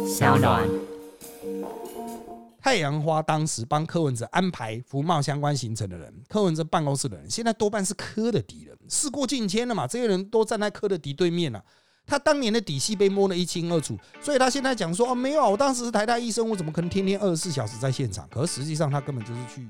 小暖。 太阳花当时帮柯文哲安排服贸相关行程的人，柯文哲办公室的人，现在多半是柯的敌人，事过境迁了嘛，这些人都站在柯的敌对面了。他当年的底细被摸得一清二楚，所以他现在讲说没有，我当时是台大医生，我怎么可能天天24小时在现场？可是实际上他根本就是去。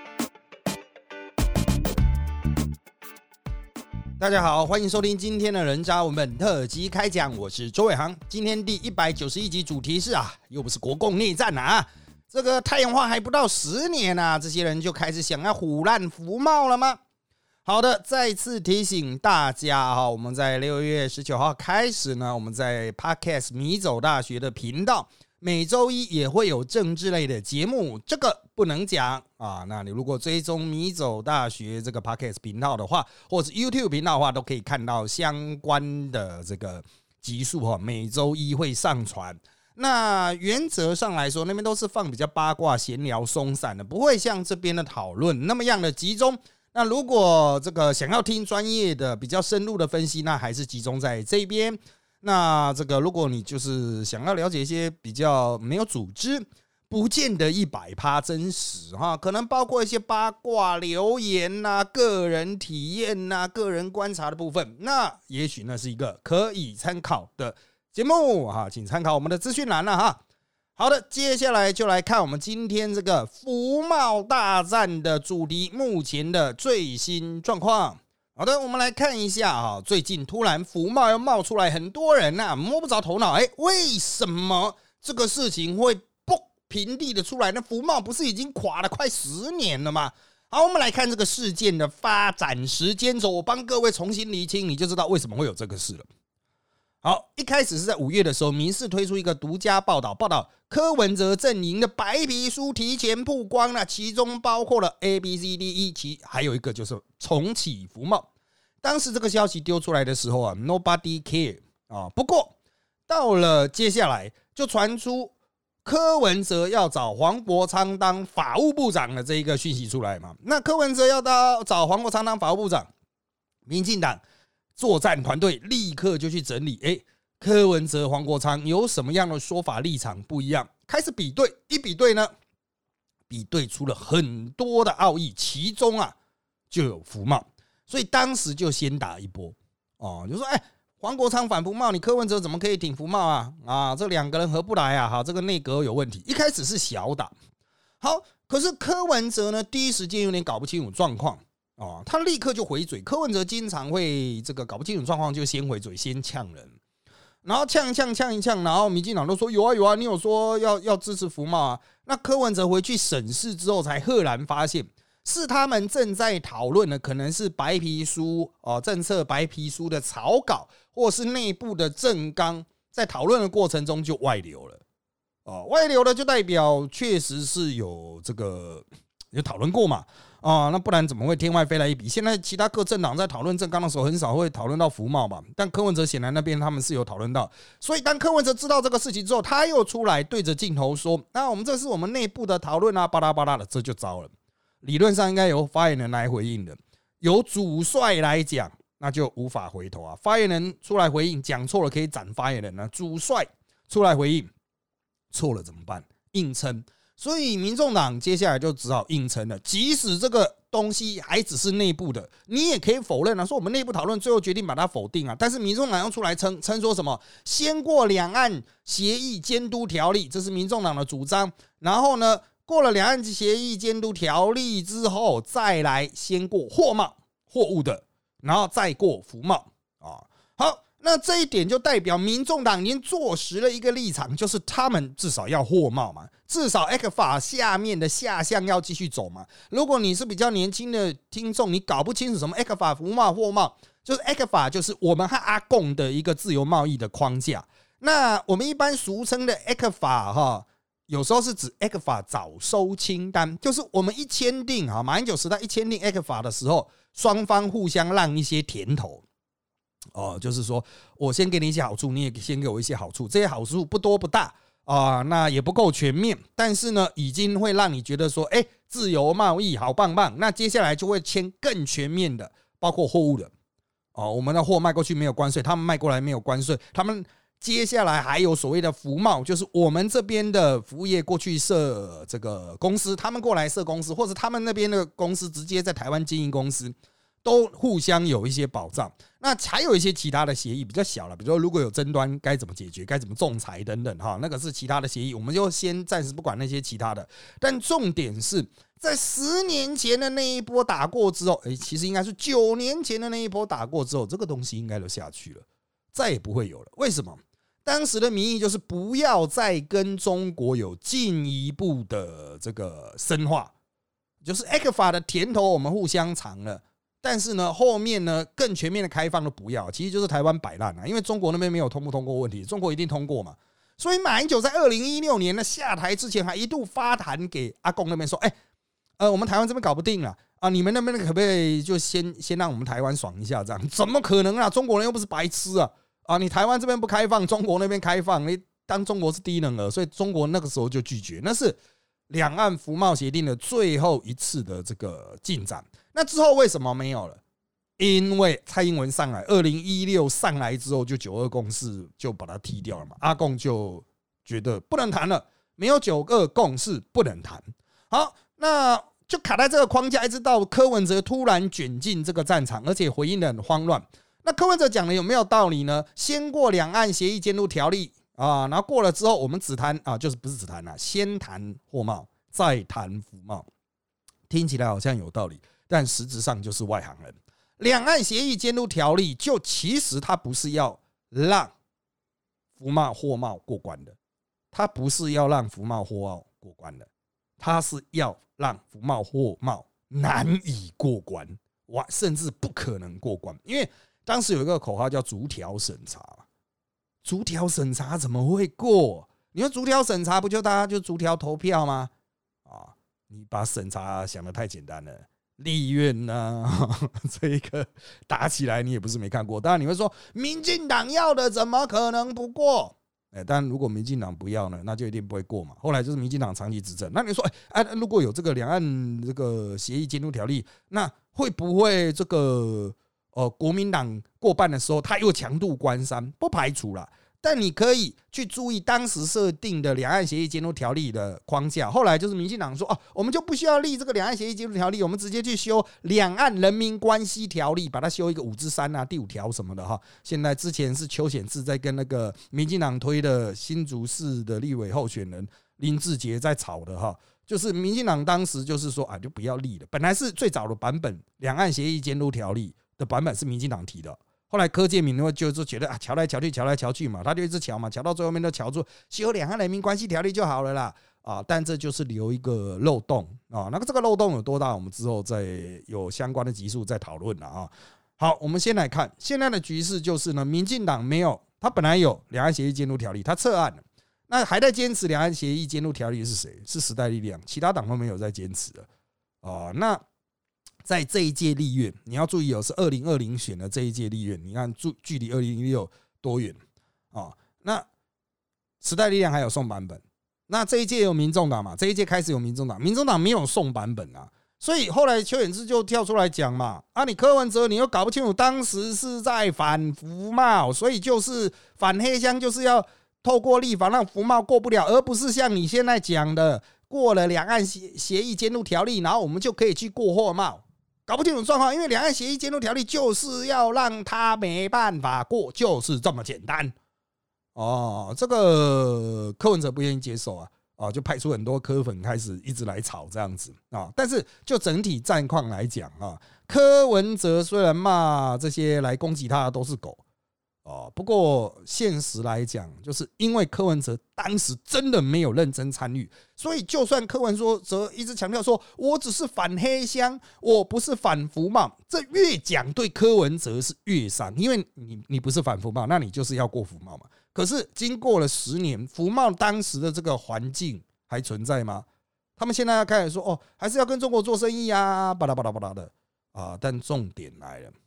大家好，欢迎收听今天的人渣文本特辑开讲，我是周伟航。今天第191集主题是又不是国共内战这个太阳花还不到10年这些人就开始想要唬烂服贸了吗？好的，再次提醒大家我们在6月19号开始呢，我们在 Podcast 迷走大学的频道每周一也会有政治类的节目，这个不能讲那你如果追踪迷走大学这个 Podcast 频道的话，或是 YouTube 频道的话，都可以看到相关的这个集数每周一会上传。那原则上来说，那边都是放比较八卦、闲聊、松散的，不会像这边的讨论那么样的集中。那如果这个想要听专业的、比较深入的分析，那还是集中在这边。那这个如果你就是想要了解一些比较没有组织，不见得100%真实可能包括一些八卦留言个人体验个人观察的部分，那也许那是一个可以参考的节目请参考我们的资讯栏好的，接下来就来看我们今天这个服贸大战的主题目前的最新状况。好的，我们来看一下最近突然服贸要冒出来很多人摸不着头脑，为什么这个事情会不平地的出来呢？服贸不是已经垮了快10年了吗？好，我们来看这个事件的发展时间轴，我帮各位重新厘清，你就知道为什么会有这个事了。好，一开始是在5月的时候，民视推出一个独家报道柯文哲阵营的白皮书提前曝光了，其中包括了 ABCDE， 还有一个就是重启服贸。当时这个消息丢出来的时候nobody care 不过到了接下来就传出柯文哲要找黄国昌当法务部长的这一个讯息出来嘛。那柯文哲要找黄国昌当法务部长，民进党作战团队立刻就去整理柯文哲、黄国昌有什么样的说法立场不一样，开始比对，一比对呢，比对出了很多的奥义，其中就有服贸，所以当时就先打一波就说黄国昌反服贸，你柯文哲怎么可以挺服贸这两个人合不来这个内阁有问题。一开始是小打，好，可是柯文哲呢，第一时间有点搞不清楚状况他立刻就回嘴。柯文哲经常会这个搞不清楚状况就先回嘴，先呛人，然后呛一呛，然后民进党都说有啊，你有说要支持服贸那柯文哲回去审视之后才赫然发现，是他们正在讨论的可能是白皮书政策白皮书的草稿，或是内部的政纲，在讨论的过程中就外流了外流了就代表确实是有这个有讨论过嘛那不然怎么会天外飞来一笔？现在其他各政党在讨论政纲的时候，很少会讨论到服贸嘛，但柯文哲显然那边他们是有讨论到，所以当柯文哲知道这个事情之后，他又出来对着镜头说：“我们这是我们内部的讨论巴拉巴拉的。”这就糟了。理论上应该由发言人来回应的，由主帅来讲，那就无法回头发言人出来回应，讲错了可以斩发言人主帅出来回应，错了怎么办？硬撑。所以民众党接下来就只好硬撑了，即使这个东西还只是内部的，你也可以否认说我们内部讨论最后决定把它否定但是民众党要出来撑说什么先过两岸协议监督条例，这是民众党的主张，然后呢过了两岸协议监督条例之后，再来先过货物的，然后再过服贸好，那这一点就代表民众党已经坐实了一个立场，就是他们至少要货贸嘛，至少 ECFA 下面的下项要继续走嘛。如果你是比较年轻的听众，你搞不清楚什么 ECFA 服贸货贸，就是 ECFA 就是我们和阿共的一个自由贸易的框架。那我们一般俗称的 ECFA有时候是指 ECFA 早收清单，就是我们一签订马英九时代一签订 ECFA 的时候，双方互相让一些甜头就是说我先给你一些好处，你也先给我一些好处，这些好处不多不大那也不够全面，但是呢已经会让你觉得说自由贸易好棒棒，那接下来就会签更全面的，包括货物的我们的货卖过去没有关税，他们卖过来没有关税，他们接下来还有所谓的服贸，就是我们这边的服务业过去设这个公司，他们过来设公司，或者他们那边的公司直接在台湾经营公司，都互相有一些保障。那还有一些其他的协议比较小了，比如说如果有争端该怎么解决，该怎么仲裁等等哈，那个是其他的协议，我们就先暂时不管那些其他的。但重点是在10年前的那一波打过之后，其实应该是9年前的那一波打过之后，这个东西应该都下去了，再也不会有了。为什么？当时的民意就是不要再跟中国有进一步的这个深化，就是 ECFA 的甜头我们互相尝了，但是呢后面呢更全面的开放都不要，其实就是台湾摆烂啊，因为中国那边没有通不通过问题，中国一定通过嘛。所以马英九在2016年呢下台之前还一度发函给阿共那边说，我们台湾这边搞不定了啊，你们那边可不可以就先让我们台湾爽一下？这样怎么可能啊？中国人又不是白痴啊！你台湾这边不开放，中国那边开放，你当中国是低能儿，所以中国那个时候就拒绝。那是两岸服贸协定的最后一次的这个进展。那之后为什么没有了？因为蔡英文上来，2016上来之后就92共识就把它踢掉了嘛，阿共就觉得不能谈了，没有92共识不能谈。好，那就卡在这个框架，一直到柯文哲突然卷进这个战场，而且回应得很慌乱。那柯文哲讲的有没有道理呢？先过两岸协议监督条例啊，然后过了之后，我们只谈啊，就是不是只谈啊，先谈货贸，再谈服贸，听起来好像有道理，但实质上就是外行人。两岸协议监督条例就其实它不是要让服贸货贸过关的，它不是要让服贸货贸过关的，它是要让服贸货贸难以过关，甚至不可能过关，因为当时有一个口号叫逐条审查，逐条审查怎么会过？你说逐条审查不就大家就逐条投票吗？你把审查想得太简单了，立院呢，这一个打起来你也不是没看过。当然你会说民进党要的怎么可能不过？但如果民进党不要呢，那就一定不会过嘛。后来就是民进党长期执政，那你说，如果有这个两岸这个协议监督条例，那会不会这个国民党过半的时候，他又强渡关山？不排除啦。但你可以去注意当时设定的两岸协议监督条例的框架。后来就是民进党说，我们就不需要立这个两岸协议监督条例，我们直接去修两岸人民关系条例，把它修一个5之3啊，第5条什么的哈。现在之前是邱显智在跟那个民进党推的新竹市的立委候选人林志杰在吵的哈。就是民进党当时就是说就不要立了，本来是最早的版本两岸协议监督条例的版本是民进党提的。后来柯建铭就觉得瞧来瞧去瞧来瞧去嘛，他就一直瞧嘛，瞧到最后面都瞧出修两岸人民关系条例就好了啦但这就是留一个漏洞那这个漏洞有多大，我们之后再有相关的集数再讨论了好，我们先来看现在的局势，就是呢，民进党没有，他本来有两岸协议监督条例，他撤案了，那还在坚持两岸协议监督条例是谁？是时代力量，其他党都没有在坚持了那在这一届立院，你要注意是2020选的这一届立院，你看距离2016多远那时代力量还有送版本，那这一届有民众党嘛？这一届开始有民众党，民众党没有送版本所以后来邱显智就跳出来讲嘛，你柯文哲你又搞不清楚，当时是在反服贸，所以就是反黑箱，就是要透过立法让服贸过不了，而不是像你现在讲的过了两岸协议监督条例，然后我们就可以去过货贸。搞不清楚状况，因为两岸协议监督条例就是要让他没办法过，就是这么简单这个柯文哲不愿意接受就派出很多柯粉开始一直来吵这样子但是就整体战况来讲柯文哲虽然骂这些来攻击他的都是狗不过现实来讲，就是因为柯文哲当时真的没有认真参与，所以就算柯文哲一直强调说我只是反黑箱，我不是反服贸，这越讲对柯文哲是越伤，因为你不是反服贸，那你就是要过服贸嘛。可是经过了10年，服贸当时的这个环境还存在吗？他们现在要开始说还是要跟中国做生意巴拉巴拉巴拉的但重点来了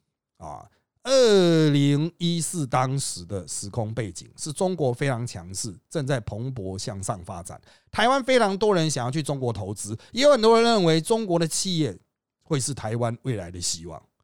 2014当时的时空背景是中国非常强势，正在蓬勃向上发展，台湾非常多人想要去中国投资，也有很多人认为中国的企业会是台湾未来的希望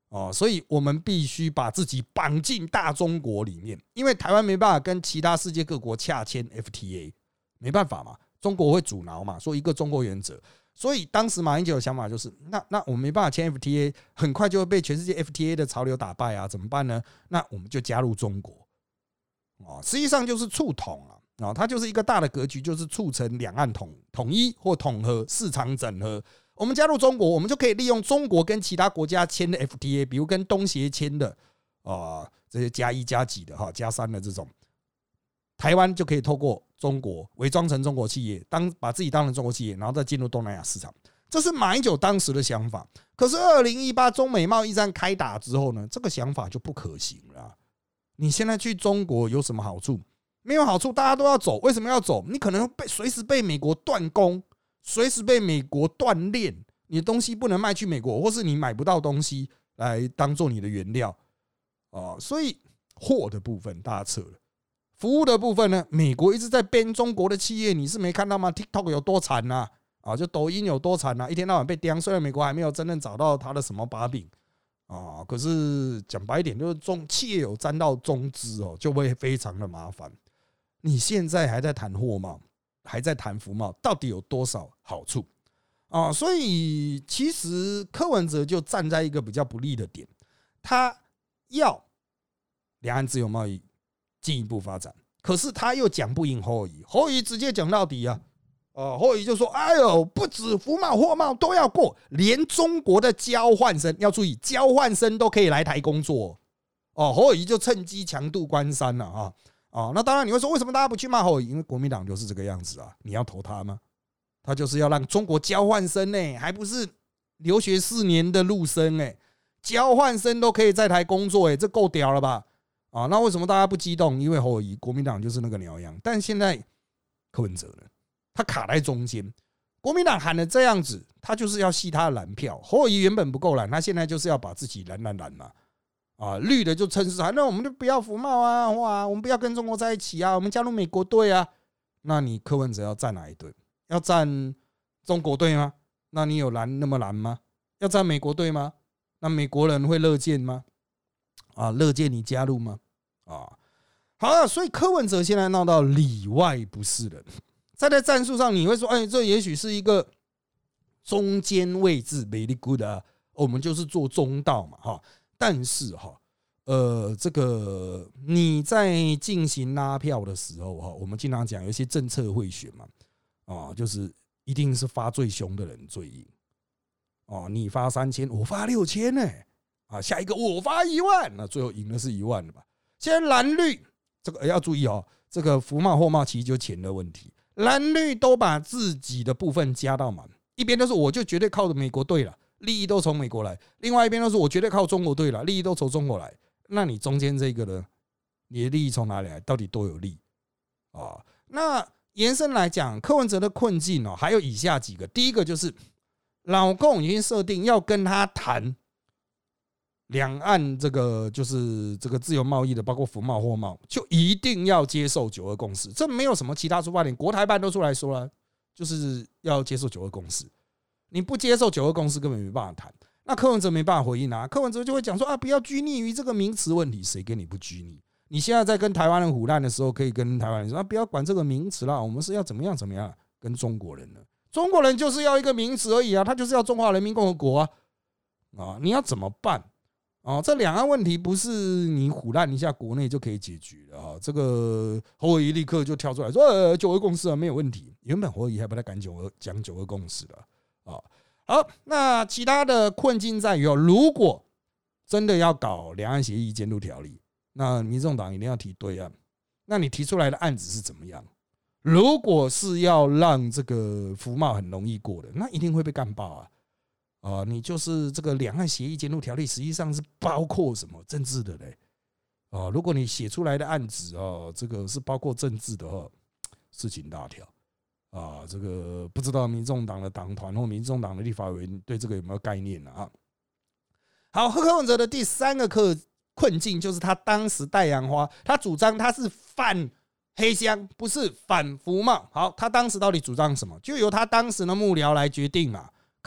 所以我们必须把自己绑进大中国里面，因为台湾没办法跟其他世界各国洽签 FTA， 没办法嘛，中国会阻挠嘛，说一个中国原则。所以当时马英九的想法就是，那我们没办法签 FTA， 很快就会被全世界 FTA 的潮流打败啊，怎么办呢？那我们就加入中国，实际上就是促统啊，它就是一个大的格局，就是促成两岸统一或统合、市场整合。我们加入中国，我们就可以利用中国跟其他国家签的 FTA， 比如跟东协签的这些+1+几的+3的这种，台湾就可以透过中国伪装成中国企业，把自己当成中国企业，然后再进入东南亚市场。这是马英九当时的想法。可是2018中美贸易战开打之后呢，这个想法就不可行了。你现在去中国有什么好处？没有好处，大家都要走。为什么要走？你可能随时被美国断供，随时被美国断链，你的东西不能卖去美国，或是你买不到东西来当做你的原料所以货的部分大家撤了，服务的部分呢，美国一直在编中国的企业，你是没看到吗 ？TikTok 有多惨啊？就抖音有多惨啊？一天到晚被刁。虽然美国还没有真正找到它的什么把柄可是讲白一点，就是企业有沾到中资就会非常的麻烦。你现在还在谈货贸，还在谈服贸，到底有多少好处所以其实柯文哲就站在一个比较不利的点，他要两岸自由贸易进一步发展，可是他又讲不赢侯友宜，侯友宜直接讲到底啊。侯友宜就说：“哎呦，不止服贸、货贸都要过，连中国的交换生要注意，交换生都可以来台工作。”侯友宜就趁机强渡关山了那当然你会说，为什么大家不去骂侯友宜？因为国民党就是这个样子啊！你要投他吗？他就是要让中国交换生还不是留学4年的陆生交换生都可以在台工作这够屌了吧？那为什么大家不激动？因为侯友宜国民党就是那个鸟样，但现在柯文哲呢？他卡在中间，国民党喊了这样子，他就是要吸他的蓝票。侯友宜原本不够蓝，他现在就是要把自己蓝嘛。绿的就趁势喊，那我们就不要服贸啊，我们不要跟中国在一起啊，我们加入美国队啊。那你柯文哲要站哪一队？要站中国队吗？那你有蓝那么蓝吗？要站美国队吗？那美国人会乐见吗？乐见你加入吗？好了，所以柯文哲现在闹到里外不是人。在战术上，你会说，这也许是一个中间位置 ，very good 啊，我们就是做中道嘛，但是这个你在进行拉票的时候，我们经常讲有一些政策贿选嘛，就是一定是发最凶的人最赢。你发3000，我发6000呢，下一个我发1万，那最后赢的是1万了吧？现在蓝绿这个要注意这个服贸货贸其实就钱的问题。蓝绿都把自己的部分加到满，一边都是我就绝对靠着美国队了，利益都从美国来；另外一边都是我绝对靠中国队了，利益都从中国来。那你中间这个呢？你的利益从哪里来？到底都有利那延伸来讲，柯文哲的困境还有以下几个。第一个就是老共已经设定要跟他谈两岸这个就是这个自由贸易的，包括服贸货贸，就一定要接受9·2共识，这没有什么其他出发点，国台办都出来说了，就是要接受9·2共识。你不接受9·2共识，根本没办法谈。那柯文哲没办法回应柯文哲就会讲说不要拘泥于这个名词问题，谁跟你不拘泥？你现在在跟台湾人唬烂的时候，可以跟台湾人说不要管这个名词啦，我们是要怎么样怎么样。跟中国人呢？中国人就是要一个名词而已他就是要中华人民共和国你要怎么办？这两岸问题不是你唬烂一下国内就可以解决的这个侯友宜立刻就跳出来说9·2共识没有问题。原本侯友宜还不太敢讲9·2共识的好，那其他的困境在于如果真的要搞两岸协议监督条例，那民众党一定要提对案。那你提出来的案子是怎么样？如果是要让这个服贸很容易过的，那一定会被干爆你就是这个两岸协议监督条例，实际上是包括什么政治的嘞？如果你写出来的案子这个是包括政治的事情大条这个不知道民众党的党团或民众党的立法委员对这个有没有概念好，柯文哲的第3个困境就是他当时戴阳花，他主张他是反黑箱，不是反服贸。好，他当时到底主张什么？就由他当时的幕僚来决定嘛。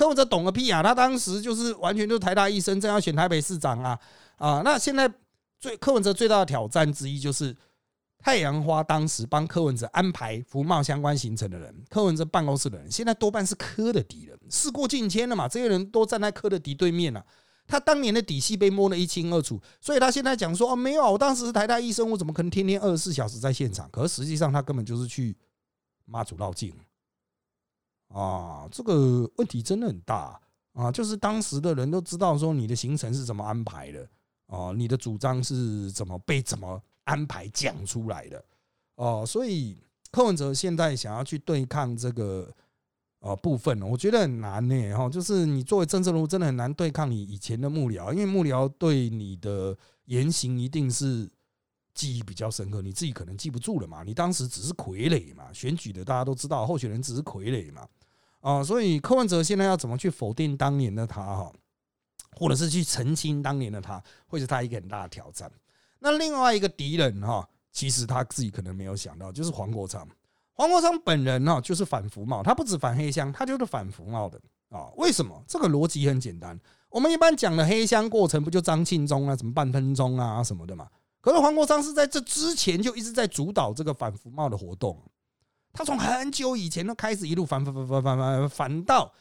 柯文哲懂个屁啊！他当时就是完全就是台大医生，正要选台北市长啊！那现在柯文哲最大的挑战之一就是太阳花当时帮柯文哲安排服贸相关行程的人，柯文哲办公室的人，现在多半是柯的敌人，事过境迁了嘛，这些人都站在柯的敌对面了。他当年的底细被摸得一清二楚，所以他现在讲说没有，我当时是台大医生，我怎么可能天天24小时在现场？可是实际上他根本就是去妈祖绕境这个问题真的很大就是当时的人都知道说你的行程是怎么安排的你的主张是怎么安排讲出来的所以柯文哲现在想要去对抗这个部分我觉得很难呢就是你作为政治人物真的很难对抗你以前的幕僚，因为幕僚对你的言行一定是记忆比较深刻，你自己可能记不住了嘛，你当时只是傀儡嘛，选举的大家都知道候选人只是傀儡嘛所以柯文哲现在要怎么去否定当年的他或者是去澄清当年的他，会是他一个很大的挑战。那另外一个敌人其实他自己可能没有想到，就是黄国昌。黄国昌本人就是反服贸，他不止反黑箱，他就是反服贸的为什么？这个逻辑很简单，我们一般讲的黑箱过程不就张庆忠什么半分钟什么的嘛？可是黄国昌是在这之前就一直在主导这个反服贸的活动，他从很久以前都开始一路反到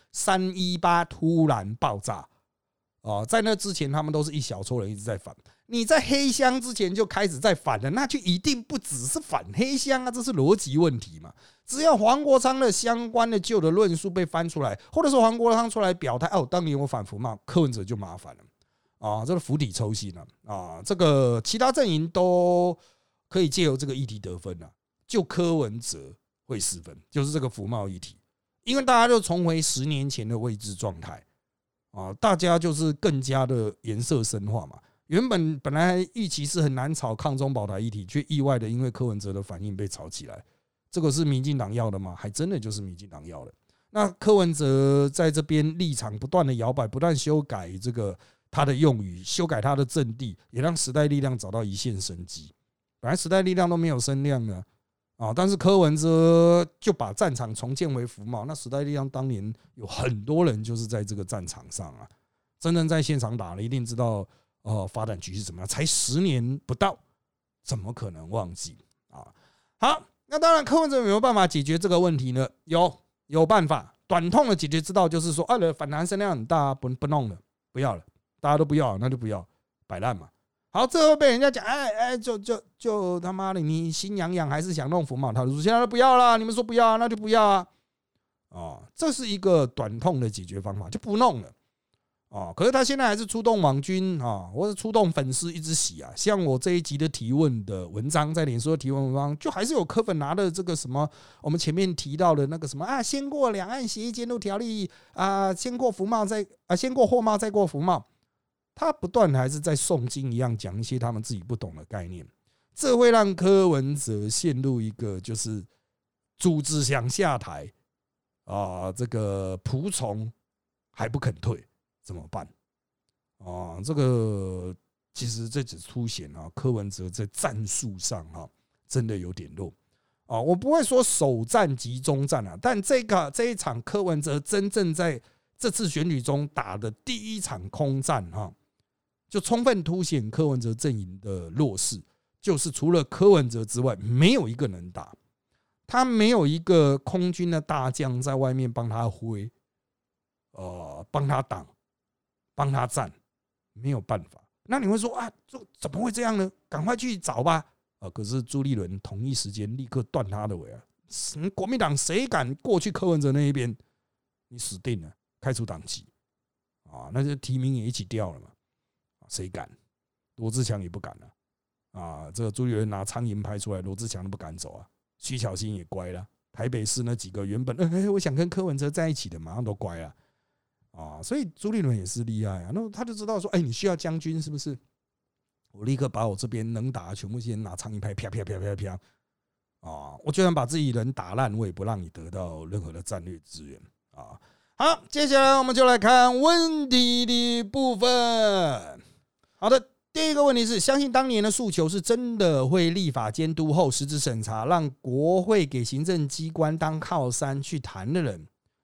318突然爆炸在那之前他们都是一小撮人一直在反。你在黑箱之前就开始在反了，那就一定不只是反黑箱这是逻辑问题嘛。只要黄国昌的相关的旧的论述被翻出来，或者说黄国昌出来表态当年我反服贸，柯文哲就麻烦了这个釜底抽薪这个其他阵营都可以借由这个议题得分就柯文哲会失分，就是这个服贸议题，因为大家就重回10年前的位置状态大家就是更加的颜色深化嘛。本来预期是很难炒抗中保台议题，却意外的因为柯文哲的反应被炒起来，这个是民进党要的吗？还真的就是民进党要的。那柯文哲在这边立场不断的摇摆，不断修改这个他的用语，修改他的阵地，也让时代力量找到一线生机。本来时代力量都没有声量的但是柯文哲就把战场重建为服贸，那时代力量当年有很多人就是在这个战场上真正在现场打了，一定知道发展局是怎么样。才10年不到，怎么可能忘记好，那当然柯文哲有没有办法解决这个问题呢？有办法，短痛的解决之道就是说反弹声量很大不弄了，不要了，大家都不要，那就不要，摆烂嘛。好，这会被人家讲就他妈的你心痒痒还是想弄服贸，他就说现在都不要了，你们说不要那就不要这是一个短痛的解决方法，就不弄了可是他现在还是出动网军或者出动粉丝一直洗像我这一集的提问的文章，在脸书的提问文章，就还是有柯粉拿的这个什么我们前面提到的那个什么先过两岸协议监督条例先过服贸先过货贸再过服贸，他不断还是在诵经一样讲一些他们自己不懂的概念，这会让柯文哲陷入一个就是组织想下台这个仆从还不肯退怎么办这个其实这只凸显柯文哲在战术上真的有点弱我不会说首战即中战但这一场柯文哲真正在这次选举中打的第一场空战就充分凸显柯文哲阵营的弱势，就是除了柯文哲之外没有一个能打，他没有一个空军的大将在外面帮他挥帮他挡帮他站，没有办法。那你会说怎么会这样呢？赶快去找吧可是朱立伦同一时间立刻断他的尾国民党谁敢过去柯文哲那一边，你死定了，开除党籍那就提名也一起掉了嘛，谁敢？罗智强也不敢这个朱立伦拿苍蝇拍出来，罗智强都不敢走徐巧芯也乖了，台北市那几个原本我想跟柯文哲在一起的，马上都乖了所以朱立伦也是厉害那他就知道说你需要将军是不是？我立刻把我这边能打的全部先拿苍蝇拍，啪啪啪啪啪我就算把自己人打烂，我也不让你得到任何的战略资源好，接下来我们就来看问题的部分。好的，第一个问题是，相信当年的诉求是真的会立法监督后实质审查，让国会给行政机关当靠山去谈的人，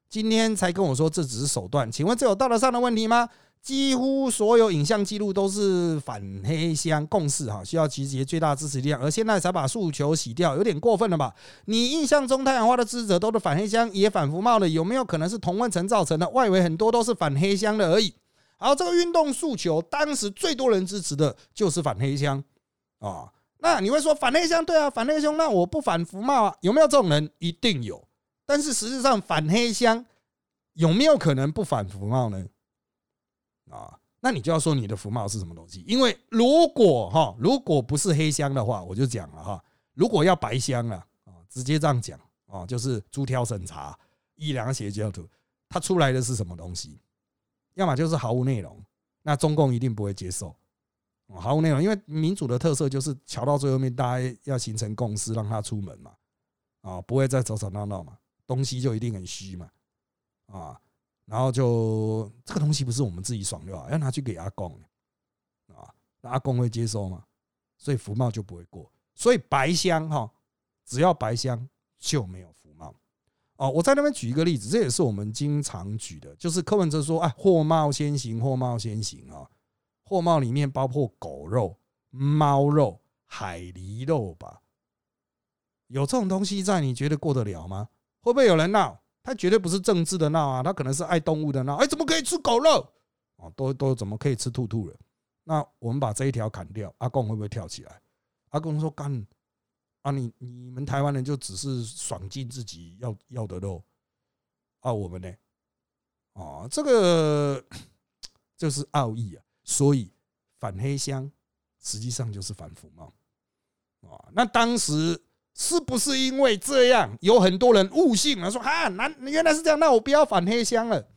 今天才跟我说这只是手段，请问这有道德上的问题吗？几乎所有影像记录都是反黑箱共识需要集结最大支持力量，而现在才把诉求洗掉，有点过分了吧？你印象中太阳花的支持者都是反黑箱也反服贸的，有没有可能是同温层造成的？外围很多都是反黑箱的而已。好，这个运动诉求当时最多人支持的就是反黑箱那你会说反黑箱对啊，反黑箱那我不反服贸啊？有没有这种人？一定有。但是实质上反黑箱有没有可能不反服贸呢？那你就要说你的服贸是什么东西？因为如果不是黑箱的话，我就讲了如果要白箱了直接这样讲就是逐条审查一两邪教徒，它出来的是什么东西？要么就是毫无内容，那中共一定不会接受毫无内容，因为民主的特色就是瞧到最后面大家要形成共识，让他出门嘛不会再吵吵闹闹嘛，东西就一定很虚嘛然后就这个东西不是我们自己爽就好，要拿去给阿公那阿公会接收嘛？所以服贸就不会过。所以白箱只要白箱就没有服贸我在那边举一个例子，这也是我们经常举的，就是柯文哲说货贸先行，货贸先行货贸里面包括狗肉、猫肉、海狸肉吧？有这种东西在，你觉得过得了吗？会不会有人闹？他绝对不是政治的闹他可能是爱动物的闹。怎么可以吃狗肉？都怎么可以吃兔兔了？那我们把这一条砍掉，阿公会不会跳起来？阿公说干你们台湾人就只是爽尽自己要的肉我们呢？这个就是奥义所以反黑箱实际上就是反服贸那当时是不是因为这样有很多人误信了，说原来是这样，那我不要反黑箱了？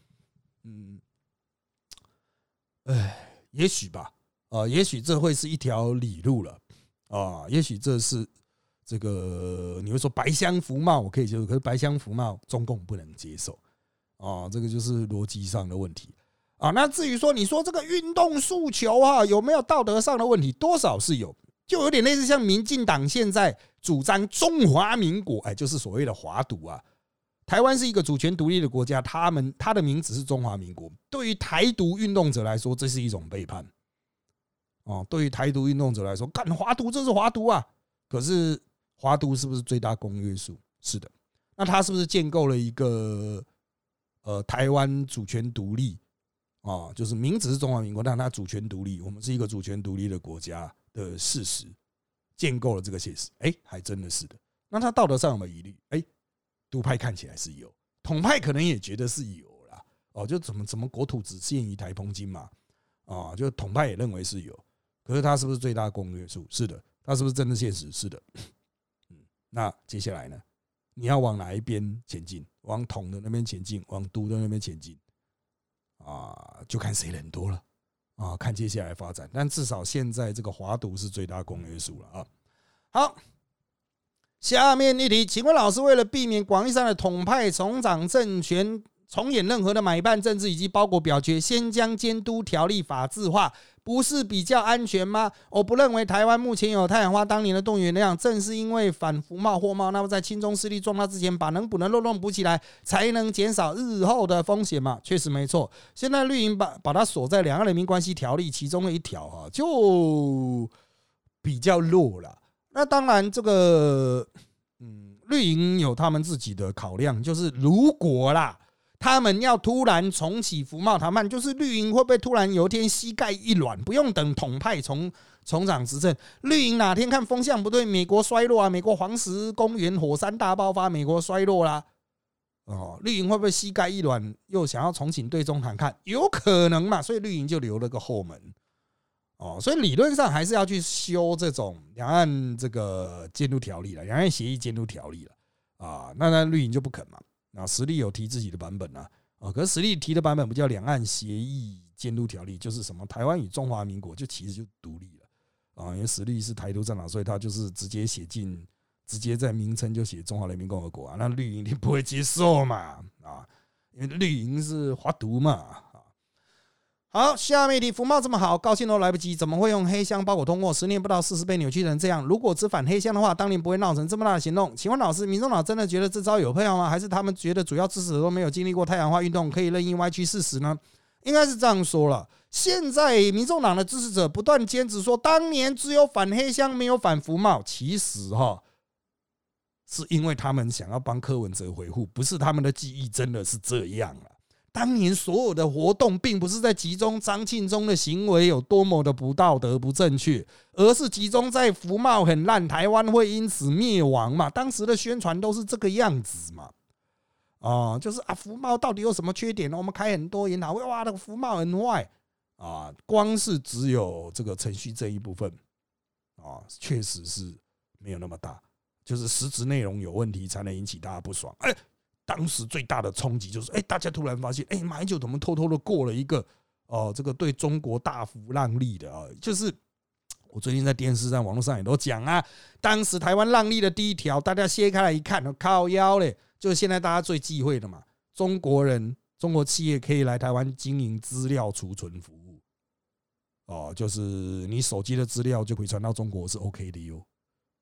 也许吧也许这会是一条理路了也许这是这个你会说白箱服贸我可以接受，可是白箱服贸中共不能接受这个就是逻辑上的问题那至于说你说这个运动诉求有没有道德上的问题，多少是有，就有点类似像民进党现在主张中华民国就是所谓的华独台湾是一个主权独立的国家，他的名字是中华民国，对于台独运动者来说这是一种背叛对于台独运动者来说，干华独这是华独可是华独是不是最大公约数？是的。那他是不是建构了一个台湾主权独立就是名字是中华民国，但它主权独立，我们是一个主权独立的国家的事实，建构了这个现实还真的是的。那他道德上有没有疑虑？独派看起来是有，统派可能也觉得是有啦就怎么国土只限于台澎金马就统派也认为是有，可是他是不是最大公约数？是的。他是不是真的现实？是的。那接下来呢？你要往哪一边前进？往统的那边前进，往独的那边前进就看谁人多了看接下来发展。但至少现在这个华独是最大公约数了好，下面一题，请问老师，为了避免广义上的统派重掌政权重演任何的买办政治以及包裹表决，先将监督条例法制化，不是比较安全吗？我不认为台湾目前有太阳花当年的动员量，正是因为反服贸货贸，那么在亲中势力壮大之前，把能补的漏洞补起来，才能减少日后的风险嘛。确实没错。现在绿营把它锁在两岸人民关系条例其中的一条就比较弱了。那当然这个绿营有他们自己的考量，就是如果他们要突然重启服贸谈判，就是绿营会不会突然有一天膝盖一软，不用等统派重掌执政，绿营哪天看风向不对，美国衰落美国黄石公园火山大爆发，美国衰落绿营会不会膝盖一软，又想要重启对中谈判？有可能嘛，所以绿营就留了个后门所以理论上还是要去修这种两岸这个监督条例了，两岸协议监督条例了那绿营就不肯嘛。实力有提自己的版本可是实力提的版本不叫两岸协议监督条例，就是什么台湾与中华民国，就其实就独立了因为实力是台独政党，所以他就是直接写进，直接在名称就写中华人民共和国那绿营一定不会接受嘛因为绿营是华独嘛好，下面一题，福茂这么好，高兴都来不及，怎么会用黑箱包裹通过？10年不到40倍扭曲成这样。如果只反黑箱的话，当年不会闹成这么大的行动。请问老师，民众党真的觉得这招有效吗？还是他们觉得主要支持者都没有经历过太阳花运动，可以任意歪曲事实呢？应该是这样说了。现在民众党的支持者不断坚持说，当年只有反黑箱，没有反福茂。其实是因为他们想要帮柯文哲维护，不是他们的记忆真的是这样了。当年所有的活动并不是在集中张庆忠的行为有多么的不道德不正确，而是集中在福茂很烂，台湾会因此灭亡嘛。当时的宣传都是这个样子嘛。就是福茂到底有什么缺点呢？我们开很多研讨会，哇，那个福茂很坏光是只有这个程序这一部分确实是没有那么大，就是实质内容有问题才能引起大家不爽。当时最大的冲击就是，大家突然发现，马英九怎么偷偷的过了一个这个对中国大幅让利的就是我最近在电视上、网络上也都讲当时台湾让利的第一条，大家掀开来一看，靠腰嘞，就是现在大家最忌讳的嘛，中国企业可以来台湾经营资料储存服务就是你手机的资料就可以传到中国是 OK 的哟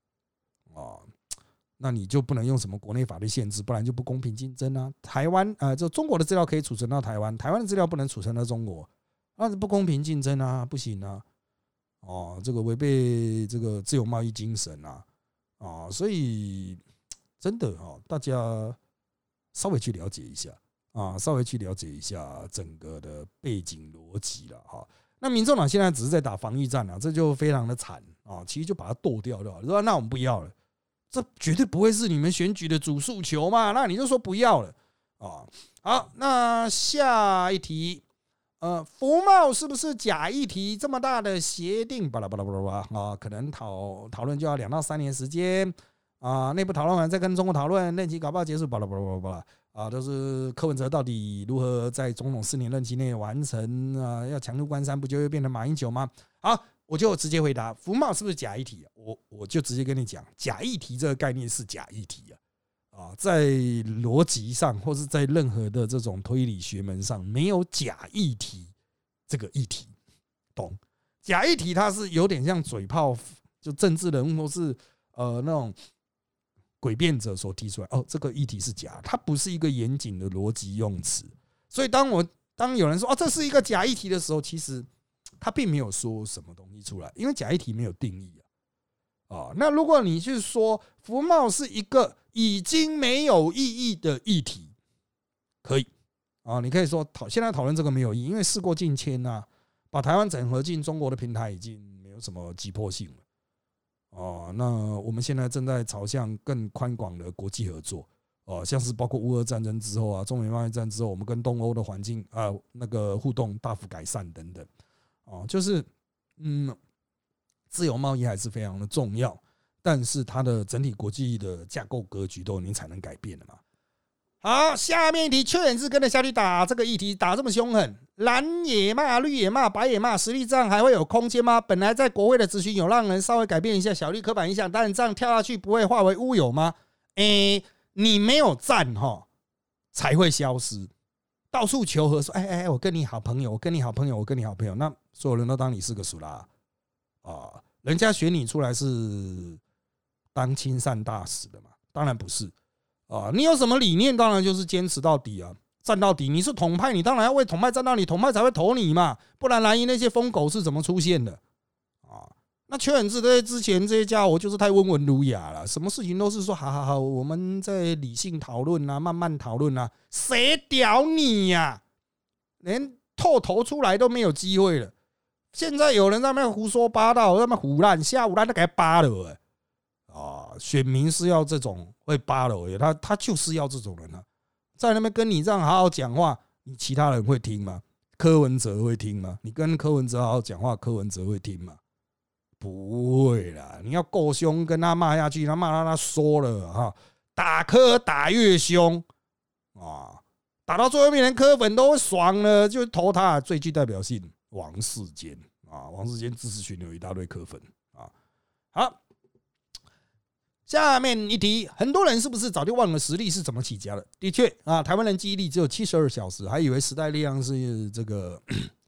那你就不能用什么国内法律限制，不然就不公平竞争啊。台湾就中国的资料可以储存到台湾，台湾的资料不能储存到中国，那是不公平竞争啊，不行啊。这个违背这个自由贸易精神所以真的大家稍微去了解一下稍微去了解一下整个的背景逻辑了那民众党现在只是在打防疫战这就非常的惨其实就把它剁掉就好了，说那我们不要了。这绝对不会是你们选举的主诉求嘛？那你就说不要了好，那下一题，福茂是不是假议题？这么大的协定，巴拉巴拉巴拉巴拉可能讨论就要2到3年时间内部讨论完再跟中国讨论，任期搞不好结束，巴拉巴拉巴拉巴拉就是柯文哲到底如何在总统4年任期内完成要强入关山，不就会变成马英九吗？好。我就直接回答，福茂是不是假议题我就直接跟你讲，假议题这个概念是假议题在逻辑上或是在任何的这种推理学门上，没有假议题这个议题，懂？假议题它是有点像嘴炮，就政治人物或是那种诡辩者所提出来，这个议题是假，它不是一个严谨的逻辑用词。所以当有人说这是一个假议题的时候，其实他并没有说什么东西出来，因为假议题没有定义那如果你去说福茂是一个已经没有意义的议题，可以你可以说现在讨论这个没有意义，因为事过境迁把台湾整合进中国的平台已经没有什么急迫性了那我们现在正在朝向更宽广的国际合作像是包括乌俄战争之后中美贸易战之后，我们跟东欧的环境那个互动大幅改善等等就是自由贸易还是非常的重要，但是它的整体国际的架构格局都已经才能改变了嘛。好，下面一题，邱远志跟着下去打这个议题，打这么凶狠，蓝也骂，绿也骂，白也骂，实力这样还会有空间吗？本来在国会的质询有让人稍微改变一下小绿刻板印象，但这样跳下去不会化为乌有吗？你没有赞才会消失。到处求和说，我跟你好朋友，我跟你好朋友，我跟你好朋友，那所有人都当你是个鼠啦人家选你出来是当亲善大使的嘛？当然不是你有什么理念，当然就是坚持到底站到底。你是统派，你当然要为统派站到底，统派才会投你嘛，不然蓝营那些疯狗是怎么出现的那邱远志在之前这些家伙就是太温文儒雅了，什么事情都是说好，我们在理性讨论慢慢讨论谁屌你呀？连透头出来都没有机会了。现在有人在那边胡说八道，在那边胡乱，下午来都给他扒了选民是要这种会扒了他就是要这种人在那边跟你这样好好讲话，你其他人会听吗？柯文哲会听吗？你跟柯文哲好好讲话，柯文哲会听吗？不会啦，你要够凶跟他骂下去，他骂他说了打柯打越凶打到最后面连柯粉都爽了，就投他。最具代表性王世坚王世坚支持群有一大堆柯粉好，下面一题，很多人是不是早就忘了实力是怎么起家的？的确台湾人记忆力只有72小时，还以为时代力量是这个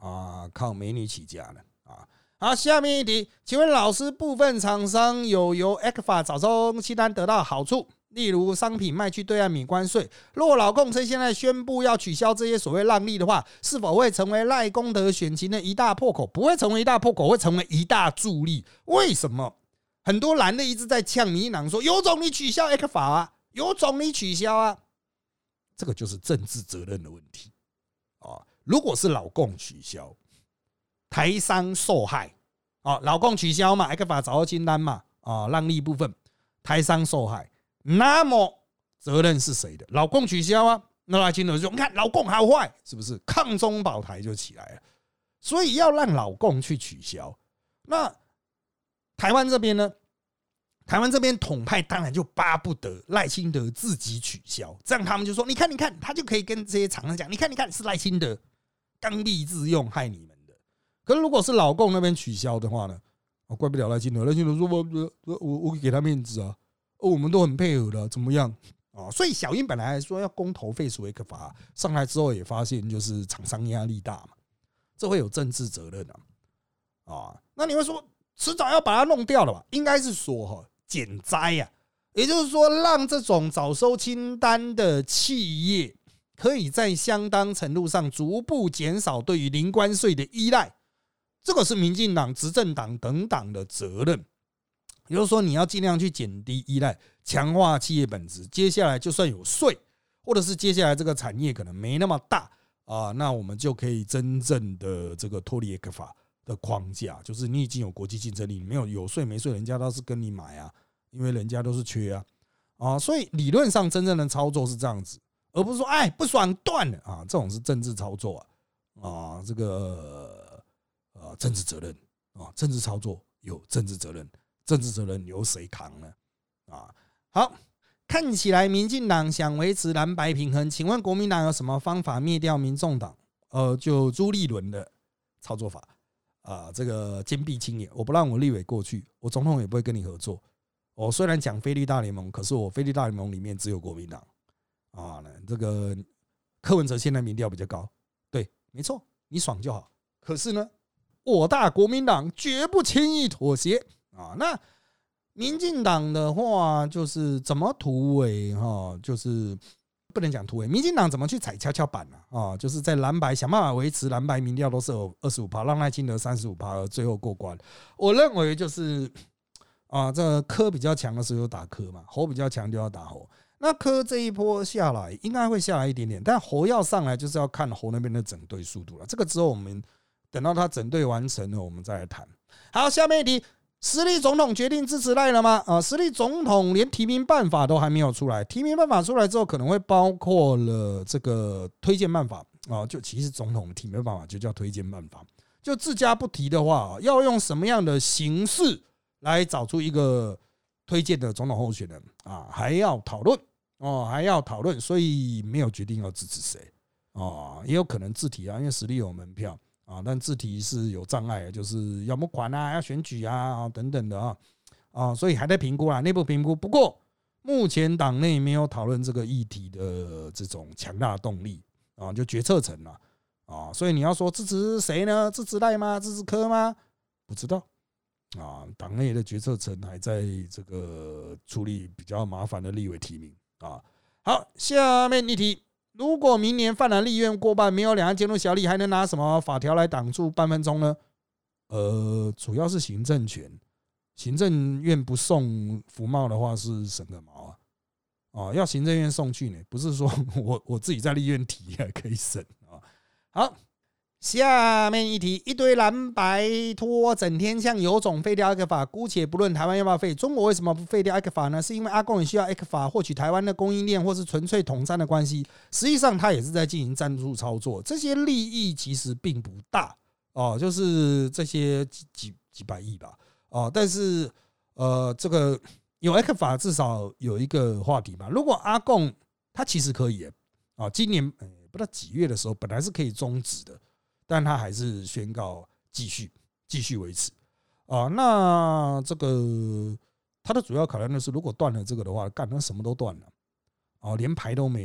靠美女起家的啊。好，下面一题，请问老师，部分厂商有由 ECFA 早收清单得到好处，例如商品卖去对岸免关税。若老共趁现在宣布要取消这些所谓让利的话，是否会成为赖功德选情的一大破口？不会成为一大破口，会成为一大助力。为什么？很多蓝的一直在呛民进党说，有种你取消 ECFA 啊，有种你取消啊，这个就是政治责任的问题啊。如果是老共取消，台商受害老共取消嘛 ，ECFA 早收清单嘛，让利部分台商受害，那么责任是谁的？老共取消啊，那赖清德说，你看老共好坏，是不是？抗中保台就起来了，所以要让老共去取消。那台湾这边呢？台湾这边统派当然就巴不得赖清德自己取消，这样他们就说，你看，他就可以跟这些厂商讲，你看，是赖清德刚愎自用害你们。可是如果是老共那边取消的话呢，怪不了赖清德。赖清德说我给他面子啊，我们都很配合的，怎么样啊？所以小英本来还说要公投废除 ECFA， 上来之后也发现就是厂商压力大嘛，这会有政治责任啊。那你会说迟早要把它弄掉了吧？应该是说减灾啊，也就是说让这种早收清单的企业可以在相当程度上逐步减少对于零关税的依赖。这个是民进党、执政党等党的责任，也就是说，你要尽量去减低依赖，强化企业本质。接下来就算有税，或者是接下来这个产业可能没那么大那我们就可以真正的这个脱离 ECFA 的框架，就是你已经有国际竞争力，没有税没税，人家倒是跟你买啊，因为人家都是缺所以理论上真正的操作是这样子，而不是说不爽断了这种是政治操作这个。政治责任政治操作有政治责任，政治责任由谁扛呢？好，看起来民进党想维持蓝白平衡，请问国民党有什么方法灭掉民众党？就朱立伦的操作法这个坚壁清野，我不让我立委过去，我总统也不会跟你合作。我虽然讲非绿大联盟，可是我非绿大联盟里面只有国民党这个柯文哲现在民调比较高，对，没错，你爽就好。可是呢？我大国民党绝不轻易妥协那民进党的话，就是怎么突围就是不能讲突围，民进党怎么去踩跷跷板就是在蓝白想办法维持蓝白民调都是有 25%， 让赖清德 35%， 而最后过关。我认为就是这个柯比较强的时候就打柯嘛，侯比较强就要打侯。那柯这一波下来应该会下来一点点，但侯要上来就是要看侯那边的整队速度了。这个之后我们等到他整队完成了，我们再来谈。好，下面一题，时力总统决定支持赖了吗？时力总统连提名办法都还没有出来，提名办法出来之后，可能会包括了这个推荐办法就其实总统的提名办法就叫推荐办法，就自家不提的话，要用什么样的形式来找出一个推荐的总统候选人还要讨论所以没有决定要支持谁也有可能自提因为实力有门票。但自提是有障碍的，就是要募款要选举等等的所以还在评估内部评估。不过目前党内没有讨论这个议题的这种强大的动力就决策层了所以你要说支持谁呢？支持赖吗？支持柯吗？不知道党内的决策层还在这个处理比较麻烦的立委提名好，下面一题。如果明年泛蓝立院过半，没有两岸监督条例，还能拿什么法条来挡住半分钟呢？主要是行政权，行政院不送服贸的话是省个毛要行政院送去呢，不是说我自己在立院提可以省好，下面一题，一堆蓝白拖整天像有种废掉 ECFA， 姑且不论台湾要不要废，中国为什么不废掉 ECFA 呢？是因为阿共也需要 ECFA 获取台湾的供应链，或是纯粹统战的关系？实际上他也是在进行战术操作，这些利益其实并不大就是这些几百亿吧但是这个有 ECFA 至少有一个话题吧。如果阿共他其实可以今年不知道几月的时候本来是可以终止的。但他还是宣告继续维持那这个他的主要考量的是，如果断了这个的话，那什么都断了连牌都没有了，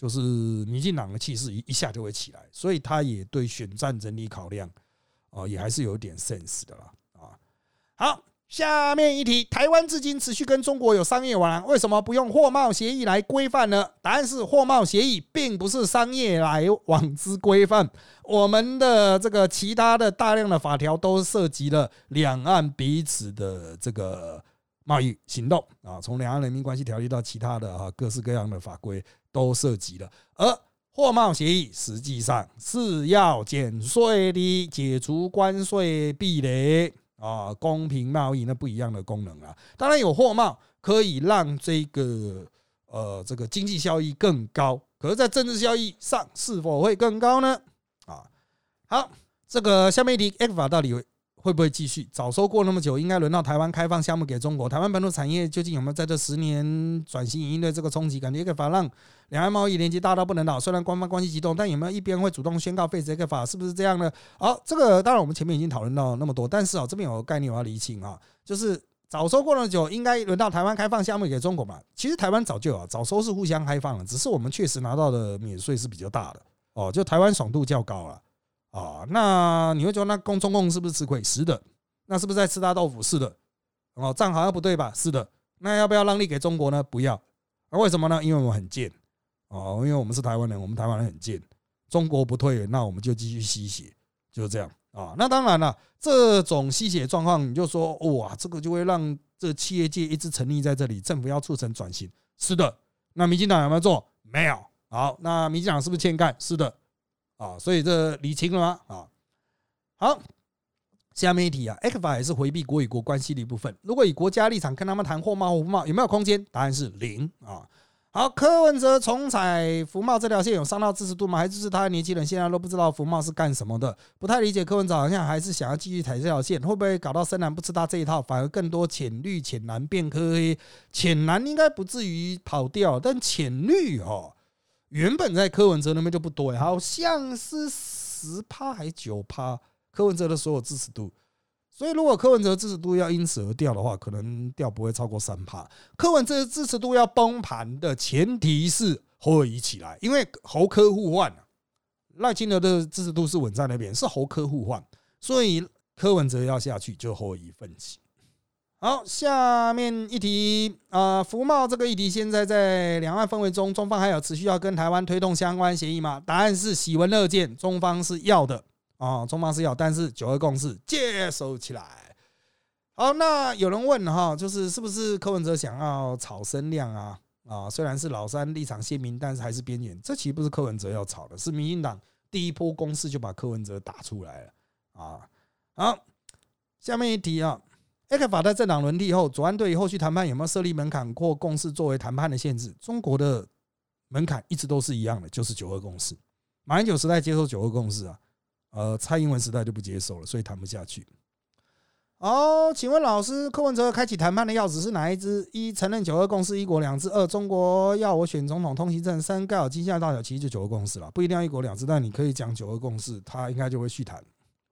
就是民进党的气势一下就会起来，所以他也对选战整体考量也还是有点 sense 的啦啊。好，下面一题，台湾至今持续跟中国有商业往来，为什么不用货贸协议来规范呢？答案是货贸协议并不是商业来往之规范，我们的这个其他的大量的法条都涉及了两岸彼此的这个贸易行动啊，从两岸人民关系条例到其他的各式各样的法规都涉及了，而货贸协议实际上是要减税的，解除关税壁垒公平贸易那不一样的功能啊。当然有货贸可以让这个经济效益更高，可是在政治效益上是否会更高呢？好，这个下面一题 ECFA 到底会不会继续？早收过那么久，应该轮到台湾开放项目给中国。台湾本土产业究竟有没有在这10年转型应对这个冲击？感觉 ECFA 让两岸贸易连接大到不能倒，虽然官方关系激动，但有没有一边会主动宣告废止 ECFA？ 是不是这样呢？好，这个当然我们前面已经讨论到那么多，但是这边有个概念我要厘清就是早收过那么久，应该轮到台湾开放项目给中国嘛？其实台湾早就早收是互相开放了，只是我们确实拿到的免税是比较大的就台湾爽度较高了。那你会说那中共是不是吃亏？是的。那是不是在吃大豆腐？是的。这样好像不对吧？是的。那要不要让利给中国呢？不要。为什么呢？因为我们很贱因为我们是台湾人，我们台湾人很贱。中国不退，那我们就继续吸血，就是这样那当然了，这种吸血状况，你就说哇，这个就会让这企业界一直沉溺在这里，政府要促成转型。是的。那民进党有没有做？没有。好，那民进党是不是欠干？是的。所以这理清了吗？好，下面一题ECFA 也是回避国与国关系的一部分。如果以国家立场跟他们谈货贸服贸，有没有空间？答案是0好，柯文哲重采服贸这条线有伤到支持度吗？还是他的年轻人现在都不知道服贸是干什么的？不太理解柯文哲好像还是想要继续踩这条线，会不会搞到深蓝不吃他这一套，反而更多浅绿浅蓝变科黑？浅蓝应该不至于跑掉，但浅绿原本在柯文哲那边就不多好像是10%还9%柯文哲的所有支持度，所以如果柯文哲支持度要因此而掉的话，可能掉不会超过3%。柯文哲的支持度要崩盘的前提是侯友宜起来，因为侯柯互换赖清德的支持度是稳在那边，是侯柯互换，所以柯文哲要下去就侯友宜奋起。好，下面一题服贸这个议题现在在两岸氛围中，中方还有持续要跟台湾推动相关协议吗？答案是喜闻乐见，中方是要的中方是要，但是9·2共识接收起来。好，那有人问就是是不是柯文哲想要炒声量虽然是老三立场鲜明，但是还是边缘。这其实不是柯文哲要炒的，是民进党第一波攻势就把柯文哲打出来了好，下面一题ECFA 在政党轮替后，左岸对于后续谈判有没有设立门槛或共识作为谈判的限制？中国的门槛一直都是一样的，就是9·2共识。马英九时代接受9·2共识蔡英文时代就不接受了，所以谈不下去。请问老师，柯文哲开启谈判的钥匙是哪一支？1. 承认9·2共识1国2制；2. 中国要我选总统通行证；3. 盖好绩效大小，其实就9·2共识了，不一定要1国2制，但你可以讲9·2共识，他应该就会续谈。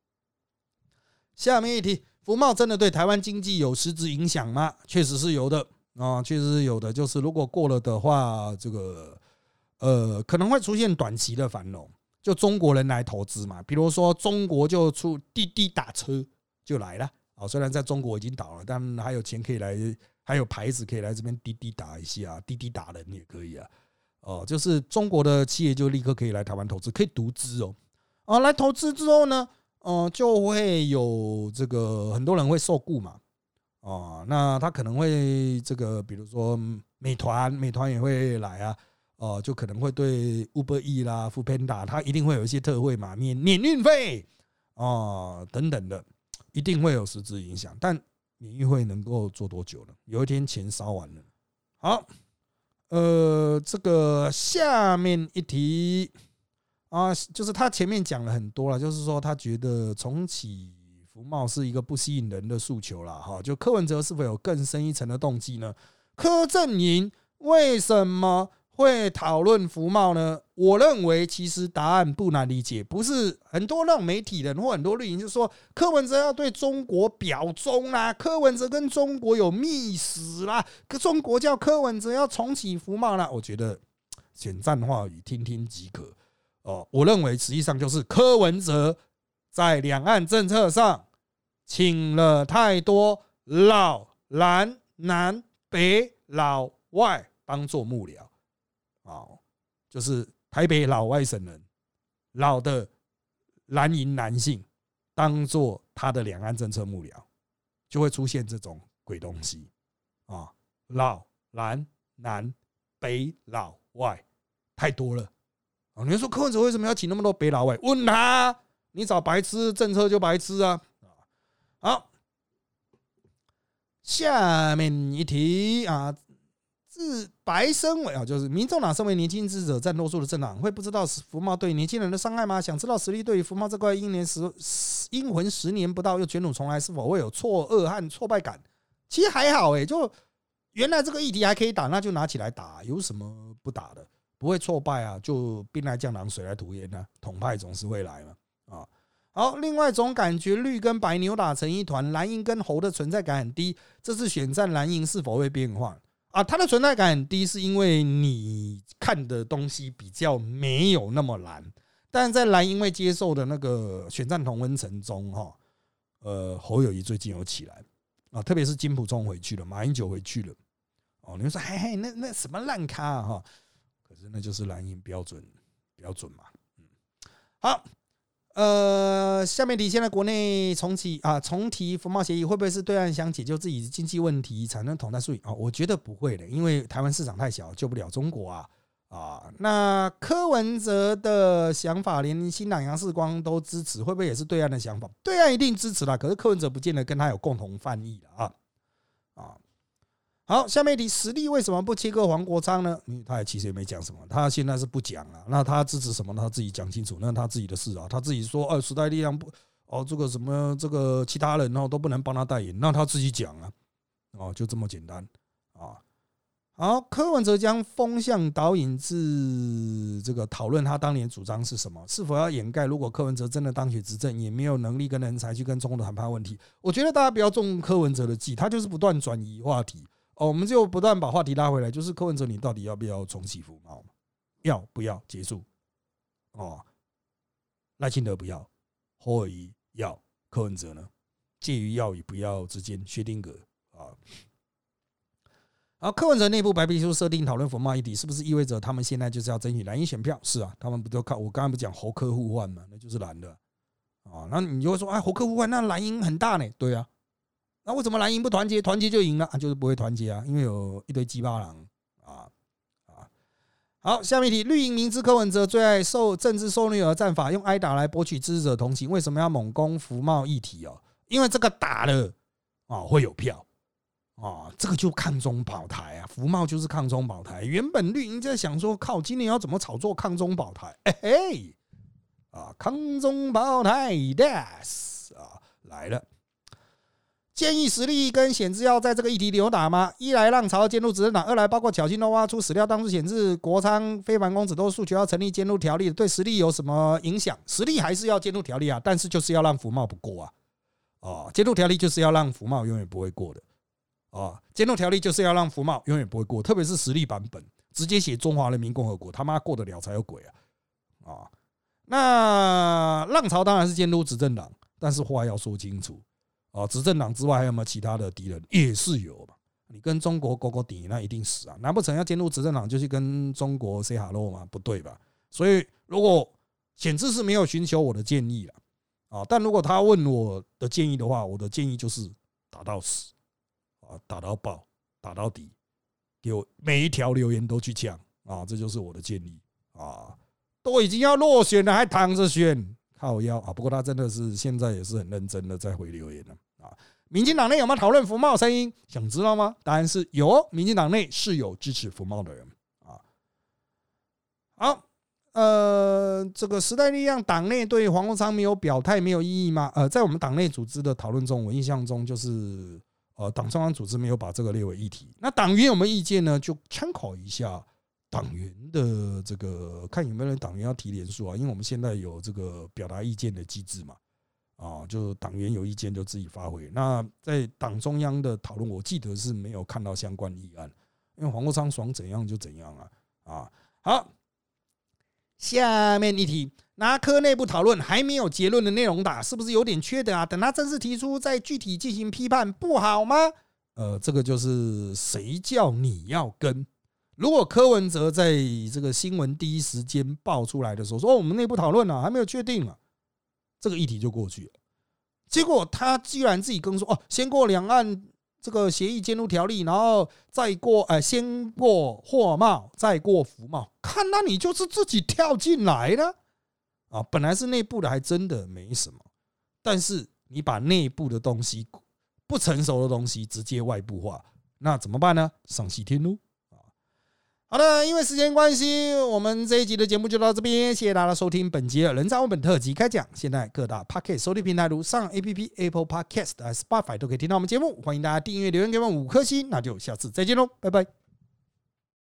下面一题，服贸真的对台湾经济有实质影响吗？确实是有的确实是有的。就是如果过了的话，这个可能会出现短期的繁荣，就中国人来投资嘛，比如说中国就出滴滴打车就来了虽然在中国已经倒了，但还有钱可以来，还有牌子可以来这边滴滴打一下滴滴打人也可以就是中国的企业就立刻可以来台湾投资，可以独资来投资之后呢就会有这个很多人会受雇嘛那他可能会这个比如说美团也会来就可能会对 Uber E 啦 Foodpanda 他一定会有一些特惠嘛，免运费等等的，一定会有实质影响。但免运会能够做多久呢？有一天钱烧完了。好，这个下面一题就是他前面讲了很多了，就是说他觉得重启服贸是一个不吸引人的诉求啦就柯文哲是否有更深一层的动机呢？柯阵营为什么会讨论服贸呢？我认为其实答案不难理解，不是很多让媒体人或很多绿营就说柯文哲要对中国表忠啦，柯文哲跟中国有密使啦，中国叫柯文哲要重启服贸啦。我觉得选战话语听听即可。我认为实际上就是柯文哲在两岸政策上请了太多老蓝南北老外当做幕僚，就是台北老外省人、老的蓝营男性当做他的两岸政策幕僚，就会出现这种鬼东西啊！老蓝南北老外太多了。你说柯文哲为什么要请那么多北老外？问他，你找白痴政策就白痴啊！好，下面一题啊，自白身为就是民众党身为年轻支持者占多数的政党，会不知道服贸对年轻人的伤害吗？想知道实力对于服贸这块阴魂10年不到又卷土重来，是否会有错愕和挫败感？其实还好就原来这个议题还可以打，那就拿起来打，有什么不打的？不会挫败啊，就兵来将挡，水来土掩啊，统派总是会来嘛。好，另外总感觉绿跟白扭打成一团，蓝营跟侯的存在感很低，这次选战蓝营是否会变化啊？它的存在感很低，是因为你看的东西比较没有那么蓝，但在蓝营会接受的那个选战同温层中侯友宜最近有起来啊，特别是金溥聪回去了，马英九回去了，你们说嘿那什么烂咖可是那就是蓝营标准嘛。好，下面题，现在国内重提服贸协议，会不会是对岸想解救自己的经济问题，产生统战术语？我觉得不会的，因为台湾市场太小，救不了中国那柯文哲的想法，连新党杨世光都支持，会不会也是对岸的想法？对岸一定支持啦，可是柯文哲不见得跟他有共同犯意了好，下面一题，实力为什么不切割黄国昌呢？因为他其实也没讲什么，他现在是不讲啊。那他支持什么？他自己讲清楚，那他自己的事啊。他自己说，时代力量不这个什么这个其他人都不能帮他代言，那他自己讲啊，就这么简单啊。好，柯文哲将风向导引至这个讨论他当年主张是什么，是否要掩盖？如果柯文哲真的当选执政，也没有能力跟人才去跟中国谈判问题，我觉得大家不要中柯文哲的计，他就是不断转移话题。我们就不断把话题拉回来，就是柯文哲，你到底要不要重启服贸？要不要结束？赖清德不要，侯友宜要，柯文哲呢？介于要与不要之间，薛丁格柯文哲内部白皮书设定讨论服贸议题，是不是意味着他们现在就是要争取蓝营选票？是啊，他们不就靠我刚才不讲侯柯互换嘛，那就是蓝的那你就会说，侯柯互换，那蓝营很大呢？对啊。那为什么蓝营不团结？团结就赢了就是不会团结因为有一堆鸡巴狼好，下面一题，绿营明知柯文哲最爱政治受虐儿战法，用挨打来博取支持者同情，为什么要猛攻服贸议题因为这个打了会有票这个就抗中保台服贸就是抗中保台。原本绿营在想说，靠，今年要怎么炒作抗中保台？抗中保台 ，yes 来了。建议时力跟显智要在这个议题扭打吗？一来浪潮监督执政党，二来包括巧芯都挖出史料，当初显智、国昌、非凡公子都诉求要成立监督条例，对实力有什么影响？实力还是要监督条例但是就是要让服贸不过监督条例就是要让服贸永远不会过的监督条例就是要让服贸永远不会过，特别是实力版本，直接写中华人民共和国，他妈过得了才有鬼那浪潮当然是监督执政党，但是话要说清楚。执政党之外还有没有其他的敌人？也是有嘛。你跟中国勾勾底，那一定死难不成要监督执政党就去跟中国 say hello 吗？不对吧？所以如果显智是没有寻求我的建议但如果他问我的建议的话，我的建议就是打到死打到爆，打到底，给我每一条留言都去抢这就是我的建议都已经要落选了，还躺着选。靠腰不过他真的是现在也是很认真的在回留言了民进党内有没有讨论服贸声音？想知道吗？答案是有，民进党内是有支持服贸的人好，这个时代力量党内对黄国昌没有表态没有意义吗？在我们党内组织的讨论中，我印象中就是党中央组织没有把这个列为议题。那党员有没有意见呢？就参考一下党员的这个，看有没有人党员要提联署因为我们现在有这个表达意见的机制嘛就党员有意见就自己发挥。那在党中央的讨论，我记得是没有看到相关议案，因为黄国昌爽怎样就怎样好，下面一题，拿科内部讨论还没有结论的内容打，是不是有点缺德啊？等他正式提出再具体进行批判不好吗？这个就是谁叫你要跟。如果柯文哲在这个新闻第一时间爆出来的时候说，我们内部讨论还没有确定啊，这个议题就过去了。结果他居然自己跟说，先过两岸这个协议监督条例，然后再过先过货贸，再过服贸，看那你就是自己跳进来的啊！本来是内部的，还真的没什么，但是你把内部的东西不成熟的东西直接外部化，那怎么办呢？上西天喽！好的，因为时间关系，我们这一集的节目就到这边，谢谢大家收听本集的人渣文本特辑开讲。现在各大 Podcast 收听平台如上 APP Apple Podcast、Spotify 都可以听到我们节目，欢迎大家订阅留言给我们5颗星，那就下次再见喽，拜拜。